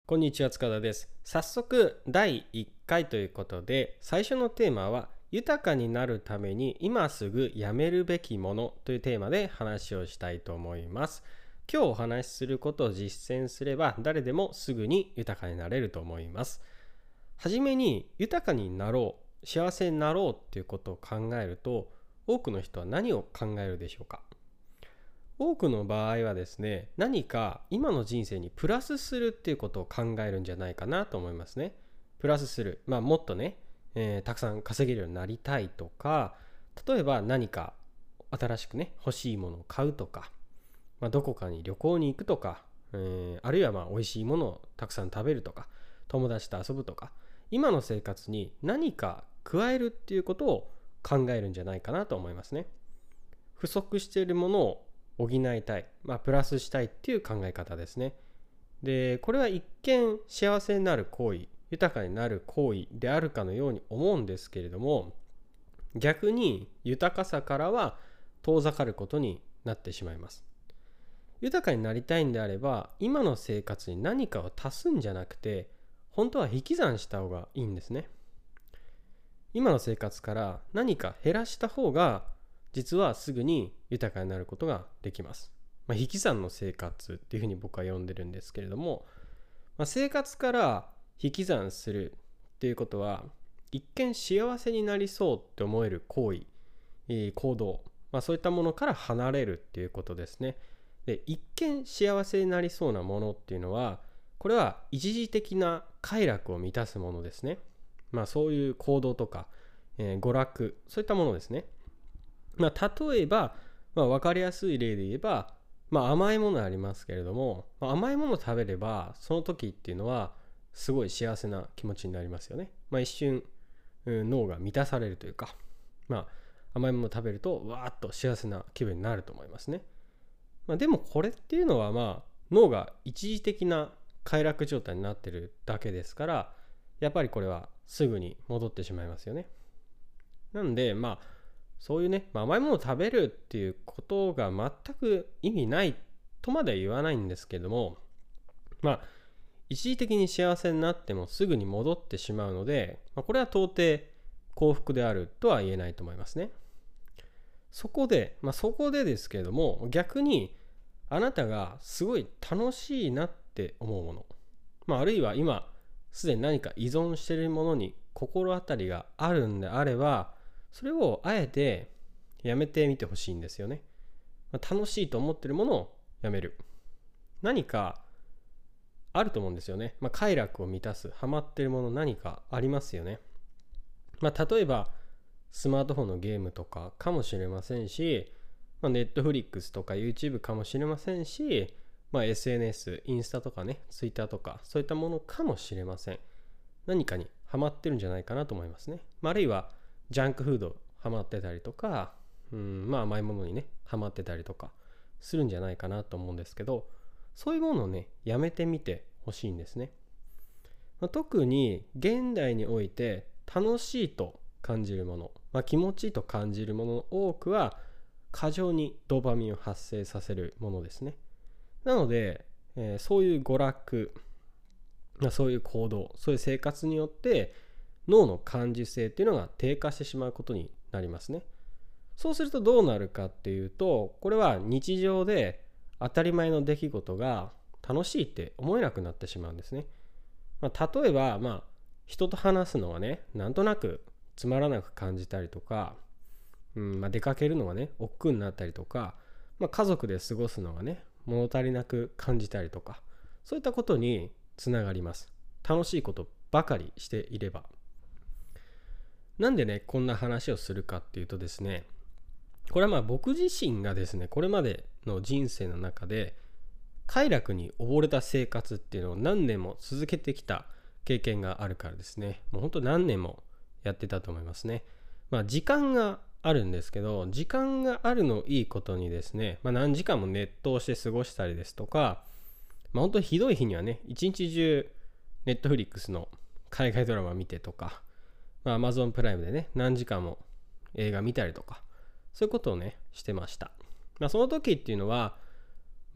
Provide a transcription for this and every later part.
こんにちは、塚田です。早速第1回ということで、最初のテーマは豊かになるために今すぐやめるべきものというテーマで話をしたいと思います。今日お話しすることを実践すれば誰でもすぐに豊かになれると思います。はじめに豊かになろう、幸せになろうということを考えると、多くの人は何を考えるでしょうか。多くの場合はですね、何か今の人生にプラスするっていうことを考えるんじゃないかなと思いますね。プラスする。もっとね、たくさん稼げるようになりたいとか、例えば何か新しくね、欲しいものを買うとか、どこかに旅行に行くとか、あるいは美味しいものをたくさん食べるとか、友達と遊ぶとか、今の生活に何か加えるっていうことを考えるんじゃないかなと思いますね。不足しているものを補いたい、プラスしたいっていう考え方ですね。で、これは一見幸せになる行為、豊かになる行為であるかのように思うんですけれども、逆に豊かさからは遠ざかることになってしまいます。豊かになりたいんであれば、今の生活に何かを足すんじゃなくて、本当は引き算した方がいいんですね。今の生活から何か減らした方が実はすぐに豊かになることができます。引き算の生活っていうふうに僕は呼んでるんですけれども、生活から引き算するっていうことは一見幸せになりそうって思える行為、行動、そういったものから離れるっていうことですね。で、一見幸せになりそうなものっていうのは、これは一時的な快楽を満たすものですね。そういう行動とか、娯楽、そういったものですね。例えば、分かりやすい例で言えば、甘いものありますけれども、甘いものを食べればその時っていうのはすごい幸せな気持ちになりますよね。一瞬、脳が満たされるというか、甘いものを食べるとわーっと幸せな気分になると思いますね。でもこれっていうのは脳が一時的な快楽状態になってるだけですから、やっぱりこれはすぐに戻ってしまいますよね。なんでそういうね、甘いものを食べるっていうことが全く意味ないとまでは言わないんですけども、一時的に幸せになってもすぐに戻ってしまうので、これは到底幸福であるとは言えないと思いますね。そこでですけれども、逆にあなたがすごい楽しいなって思うもの、あるいは今すでに何か依存しているものに心当たりがあるんであれば、それをあえてやめてみてほしいんですよね。楽しいと思っているものをやめる。何かあると思うんですよね。快楽を満たす、ハマっているもの何かありますよね。例えばスマートフォンのゲームとかかもしれませんし、Netflix とか YouTube かもしれませんし、SNS、インスタとかね、Twitter とかそういったものかもしれません。何かにハマってるんじゃないかなと思いますね。あるいはジャンクフードハマってたりとか、甘いものにねハマってたりとかするんじゃないかなと思うんですけど、そういうものをねやめてみてほしいんですね。特に現代において楽しいと感じるもの、気持ちいいと感じるものの多くは過剰にドーパミンを発生させるものですね。なので、そういう娯楽、そういう行動、そういう生活によって脳の感受性っていうのが低下してしまうことになりますね。そうするとどうなるかっていうと、これは日常で当たり前の出来事が楽しいって思えなくなってしまうんですね。例えば人と話すのはね、なんとなくつまらなく感じたりとか、出かけるのがね億劫になったりとか、家族で過ごすのがね物足りなく感じたりとか、そういったことにつながります。楽しいことばかりしていれば。なんでねこんな話をするかっていうとですね、これは僕自身がですね、これまでの人生の中で快楽に溺れた生活っていうのを何年も続けてきた経験があるからですね。もう本当何年もやってたと思いますね。時間があるんですけど、時間があるのいいことにですね、何時間もネットをして過ごしたりですとか、本当にひどい日にはね、一日中ネットフリックスの海外ドラマ見てとか、Amazon プライムでね何時間も映画見たりとか、そういうことをねしてました。その時っていうのは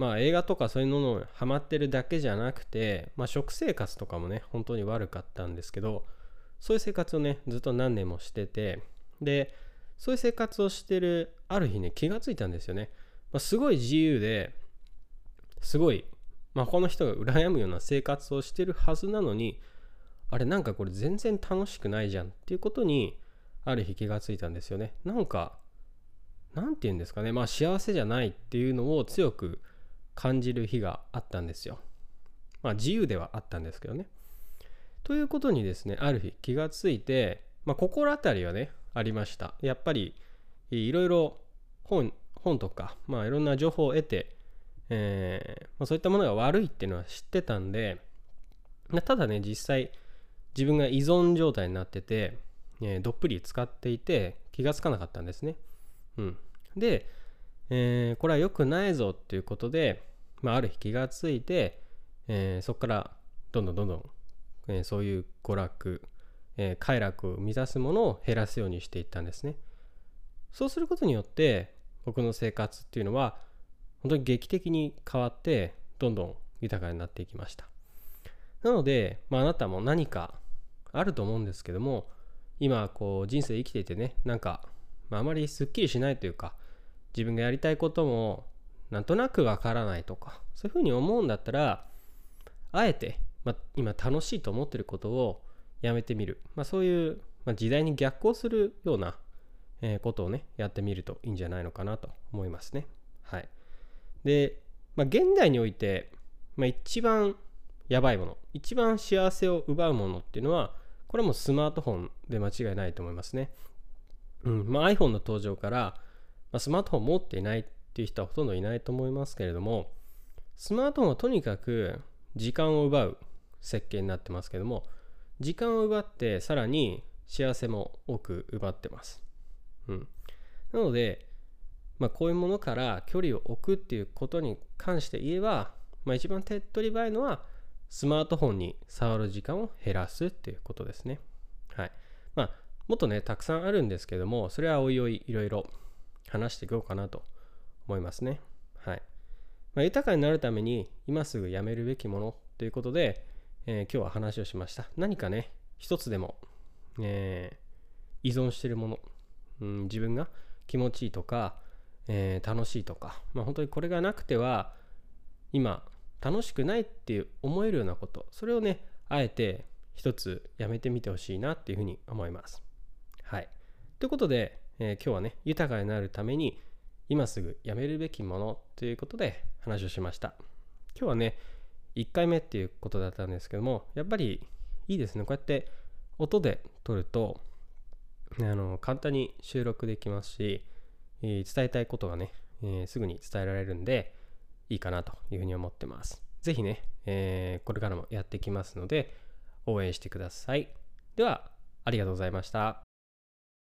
映画とかそういうのにハマってるだけじゃなくて、食生活とかもね本当に悪かったんですけど、そういう生活をねずっと何年もしてて、でそういう生活をしてるある日ね気がついたんですよね。すごい自由ですごい、この人が羨むような生活をしてるはずなのに、あれなんかこれ全然楽しくないじゃんっていうことにある日気がついたんですよね。なんて言うんですかね、幸せじゃないっていうのを強く感じる日があったんですよ。自由ではあったんですけどね。ということにですね、ある日気がついて、心当たりはねありました。やっぱりいろいろ本とか、いろんな情報を得て、そういったものが悪いっていうのは知ってたんで、ただね実際自分が依存状態になってて、どっぷり使っていて気がつかなかったんですね。で、これは良くないぞっていうことで、ある日気がついて、そこからどんどん、そういう娯楽、快楽を満たすものを減らすようにしていったんですね。そうすることによって僕の生活っていうのは本当に劇的に変わって、どんどん豊かになっていきました。なので、あなたも何かあると思うんですけども、今こう人生生きていてね、あまりすっきりしないというか、自分がやりたいこともなんとなくわからないとか、そういうふうに思うんだったら、あえて、今楽しいと思っていることをやめてみる、そういう、時代に逆行するようなことをねやってみるといいんじゃないのかなと思いますね。はい。で、現代において、一番やばいもの、一番幸せを奪うものっていうのは、これもスマートフォンで間違いないと思いますね。iPhone の登場から、スマートフォン持っていないっていう人はほとんどいないと思いますけれども、スマートフォンはとにかく時間を奪う設計になってますけども、時間を奪ってさらに幸せも多く奪ってます。なので、こういうものから距離を置くっていうことに関して言えば、一番手っ取り早いのはスマートフォンに触る時間を減らすっていうことですね。はい。もっとねたくさんあるんですけども、それはおいおいいろいろ話していこうかなと思いますね。はい。豊かになるために今すぐやめるべきものということで、今日は話をしました。何かね一つでも、依存しているもの、自分が気持ちいいとか、楽しいとか、本当にこれがなくては今楽しくないっていう思えるようなこと、それをねあえて一つやめてみてほしいなっていうふうに思います。はい。ということで、今日はね豊かになるために今すぐやめるべきものということで話をしました。今日はね1回目っていうことだったんですけども、やっぱりいいですね。こうやって音で撮ると簡単に収録できますし、伝えたいことがね、すぐに伝えられるんでいいかなというふうに思ってます。ぜひね、これからもやっていきますので応援してください。ではありがとうございました。